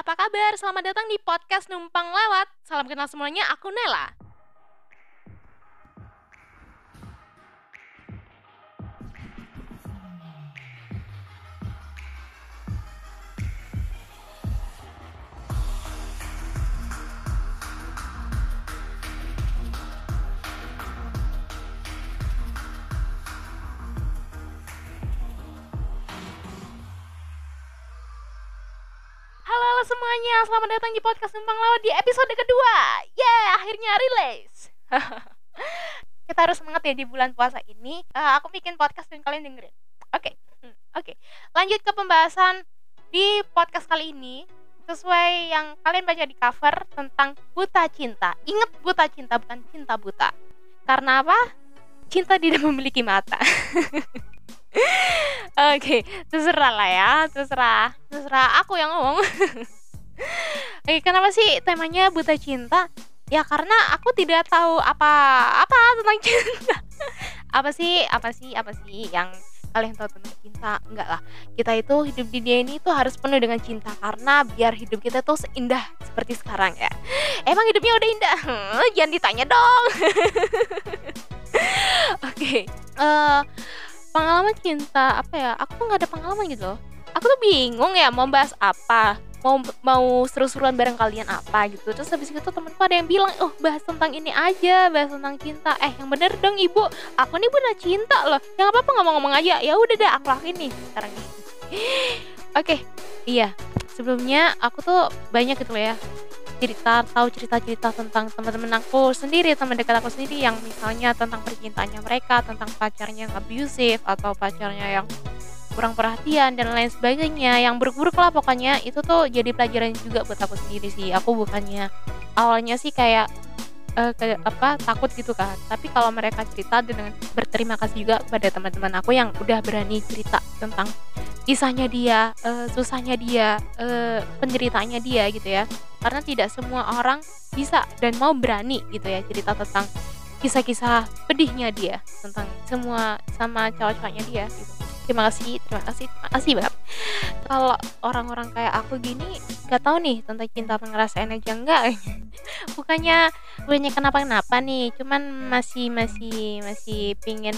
apa kabar? Selamat datang di podcast Numpang Lewat. Salam kenal semuanya, aku Nela. Halo semuanya, selamat datang di podcast Numpang Lewat di episode kedua. Akhirnya rilis. Kita harus semangat ya di bulan puasa ini. Aku bikin podcast dan kalian dengerin. Oke. Lanjut ke pembahasan di podcast kali ini. Sesuai yang kalian baca di cover tentang buta cinta. Ingat buta cinta, bukan cinta buta. Karena apa? Cinta tidak memiliki mata. Oke, terserah lah ya, terserah aku yang ngomong. Kenapa sih temanya buta cinta? Ya karena aku tidak tahu apa tentang cinta. Apa sih yang kalian tahu tentang cinta? Enggak lah. Kita itu hidup di dunia ini tuh harus penuh dengan cinta karena biar hidup kita tuh seindah seperti sekarang ya. Emang hidupnya udah indah? Jangan ditanya dong. Oke. Pengalaman cinta apa ya? Aku tuh nggak ada pengalaman gitu loh. Aku tuh bingung ya mau bahas apa, mau seru-seruan bareng kalian apa gitu. Terus habis itu temenku ada yang bilang, bahas tentang ini aja, bahas tentang cinta. Yang bener dong ibu, aku nih buta cinta loh. Yang apa-apa ngomong-ngomong aja. Ya udah deh, aku lakuin nih sekarang nih. Oke, iya. Sebelumnya aku tuh banyak gitu loh ya cerita-cerita tentang teman-teman aku sendiri, teman dekat aku sendiri yang misalnya tentang percintaannya mereka, tentang pacarnya yang abusive atau pacarnya yang kurang perhatian dan lain sebagainya, yang buruk-buruk lah pokoknya. Itu tuh jadi pelajaran juga buat aku sendiri sih. Aku bukannya awalnya sih kayak takut gitu kan, tapi kalau mereka cerita dengan berterima kasih juga kepada teman-teman aku yang udah berani cerita tentang kisahnya dia, susahnya dia, penderitaannya dia gitu ya. Karena tidak semua orang bisa dan mau berani gitu ya cerita tentang kisah-kisah pedihnya dia, tentang semua sama cowok-cowoknya dia gitu. Terima kasih banget. Kalau orang-orang kayak aku gini gak tahu nih tentang cinta, ngerasain aja enggak. bukannya kenapa-kenapa nih, cuman masih pingin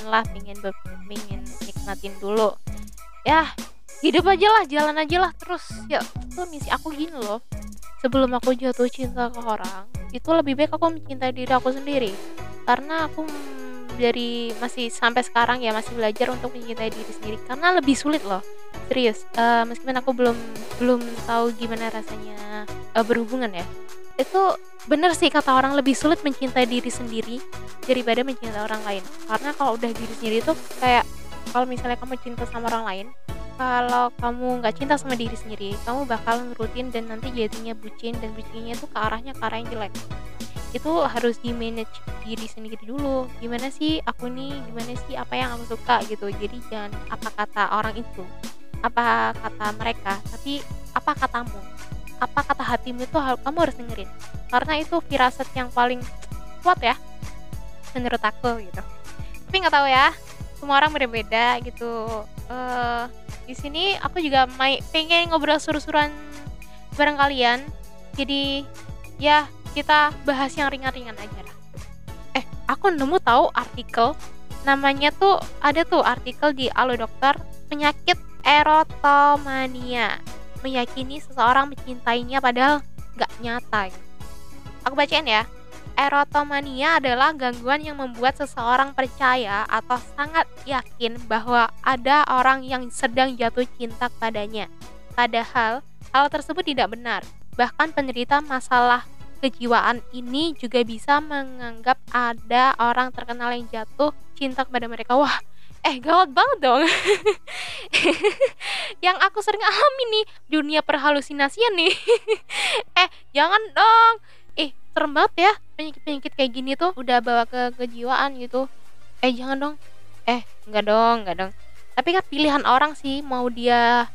nikmatin dulu ya, hidup aja lah, jalan aja lah terus ya. Itu misi aku gini loh, sebelum aku jatuh cinta ke orang itu lebih baik aku mencintai diri aku sendiri. Karena aku dari masih sampai sekarang ya masih belajar untuk mencintai diri sendiri, karena lebih sulit loh, serius. Meskipun aku belum tahu gimana rasanya berhubungan ya, itu bener sih kata orang, lebih sulit mencintai diri sendiri daripada mencintai orang lain. Karena kalau udah diri sendiri tuh kayak, kalau misalnya kamu cinta sama orang lain, kalau kamu nggak cinta sama diri sendiri, kamu bakal ngerutin dan nanti jadinya bucin, dan bucinnya tuh ke arah yang jelek. Itu harus di manage diri sendiri dulu. Gimana sih aku nih, gimana sih apa yang aku suka gitu. Jadi jangan apa kata orang itu, apa kata mereka, tapi apa katamu, apa kata hatimu itu kamu harus dengerin. Karena itu firasat yang paling kuat ya menurut aku gitu. Tapi nggak tahu ya, semua orang beda-beda gitu. Di sini aku juga pengen ngobrol seru-seruan bareng kalian. Jadi ya kita bahas yang ringan-ringan aja lah. Aku nemu tahu artikel, namanya tuh ada tuh artikel di Alo Dokter, penyakit erotomania, meyakini seseorang mencintainya padahal nggak nyata. Aku bacain ya. Erotomania adalah gangguan yang membuat seseorang percaya atau sangat yakin bahwa ada orang yang sedang jatuh cinta kepadanya. Padahal hal tersebut tidak benar. Bahkan penderita masalah kejiwaan ini juga bisa menganggap ada orang terkenal yang jatuh cinta kepada mereka. Wah, gawat banget dong. Yang aku sering alami nih, dunia perhalusinasian nih. Jangan dong. Serem banget ya, penyakit kayak gini tuh udah bawa ke kejiwaan gitu. Jangan dong. Enggak dong. Tapi kan pilihan orang sih, mau dia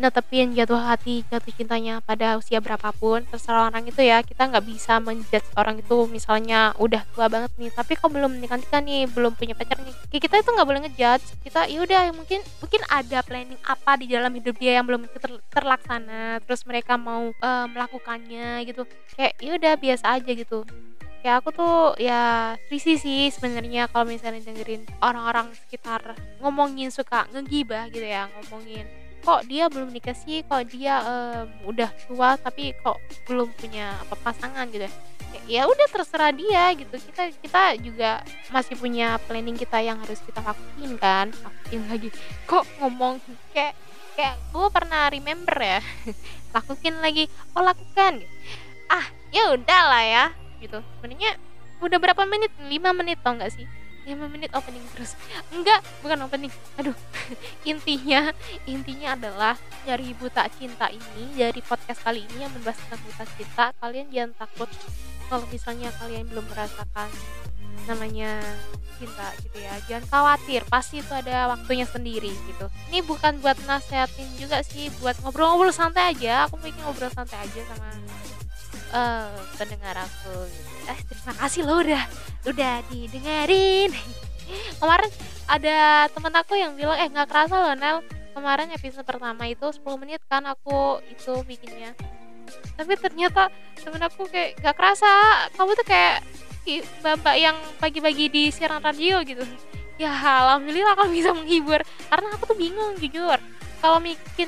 netepin jatuh hati, jatuh cintanya pada usia berapapun, terserah orang itu ya. Kita nggak bisa menjudge orang itu misalnya udah tua banget nih, tapi kok belum nikah-nikah nih, belum punya pacar nih. Kita itu nggak boleh ngejudge. Kita ya udah mungkin mungkin ada planning apa di dalam hidup dia yang belum terlaksana, terus mereka mau melakukannya gitu. Kayak ya udah biasa aja gitu. Kayak aku tuh ya risih sih sebenarnya kalau misalnya dengerin orang-orang sekitar ngomongin, suka ngegibah gitu ya, ngomongin kok dia belum nikah sih, kok dia udah tua tapi kok belum punya apa pasangan gitu ya. Ya udah terserah dia gitu. Kita juga masih punya planning kita yang harus kita lakuin kan. Lakuin lagi. Kok ngomong kayak kayak gue pernah remember ya. Lakuin lagi. Oh lakukan. Ah, ya udah lah ya gitu. Sebenarnya udah berapa menit? 5 menit tau gak sih? 5 menit opening terus. Enggak, bukan opening. Aduh. Intinya adalah dari Buta Cinta ini, dari podcast kali ini yang membahas tentang buta cinta, kalian jangan takut kalau misalnya kalian belum merasakan namanya cinta gitu ya. Jangan khawatir, pasti itu ada waktunya sendiri gitu. Ini bukan buat nasehatin juga sih, buat ngobrol-ngobrol santai aja. Aku bikin ngobrol santai aja sama pendengar aku gitu. Terima kasih loh udah didengerin. Kemarin ada temen aku yang bilang nggak kerasa loh Nel, kemarin episode pertama itu 10 menit kan aku itu bikinnya, tapi ternyata temen aku kayak nggak kerasa kamu tuh kayak mbak yang pagi-pagi di siaran radio gitu. Ya alhamdulillah kalau bisa menghibur, karena aku tuh bingung jujur kalau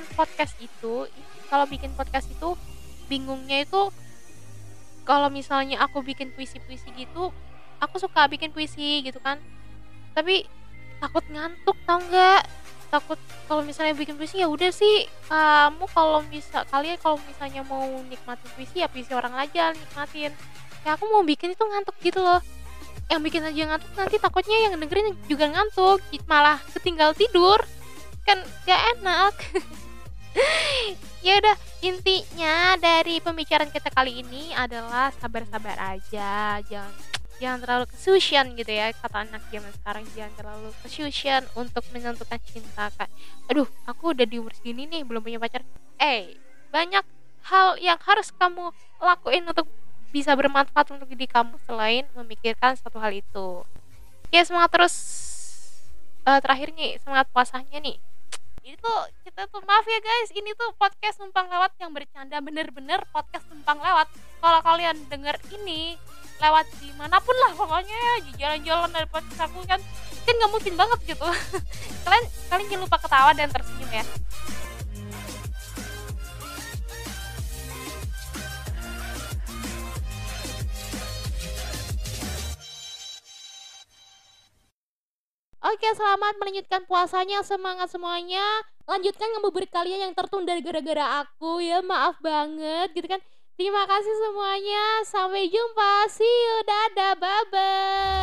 bikin podcast itu bingungnya itu kalau misalnya aku bikin puisi-puisi gitu, aku suka bikin puisi gitu kan, tapi takut ngantuk tau nggak, takut kalau misalnya bikin puisi ya udah sih kalian kalau misalnya mau nikmatin puisi ya puisi orang aja nikmatin, ya aku mau bikin itu ngantuk gitu loh, yang bikin aja ngantuk nanti takutnya yang dengerin juga ngantuk malah ketinggal tidur kan gak enak. Ya udah, intinya dari pembicaraan kita kali ini adalah sabar-sabar aja, jangan terlalu kesusian gitu ya, kata anak zaman sekarang, jangan terlalu kesusian untuk menentukan cinta. Aduh, aku udah di umur segini nih belum punya pacar. Banyak hal yang harus kamu lakuin untuk bisa bermanfaat untuk diri kamu selain memikirkan satu hal itu. Ya semangat terus. Terakhir nih, semangat puasanya nih. Ini tuh kita tuh maaf ya guys, ini tuh podcast numpang lewat yang bercanda, bener-bener podcast numpang lewat. Kalau kalian denger ini lewat dimanapun lah pokoknya, di jalan-jalan dari podcast aku kan nggak mungkin banget gitu. kalian jangan lupa ketawa dan tersenyum ya. Oke, selamat melanjutkan puasanya, semangat semuanya. Lanjutkan ngabuburit kalian yang tertunda gara-gara aku ya, maaf banget gitu kan. Terima kasih semuanya, sampai jumpa, see you, dadah, bye-bye.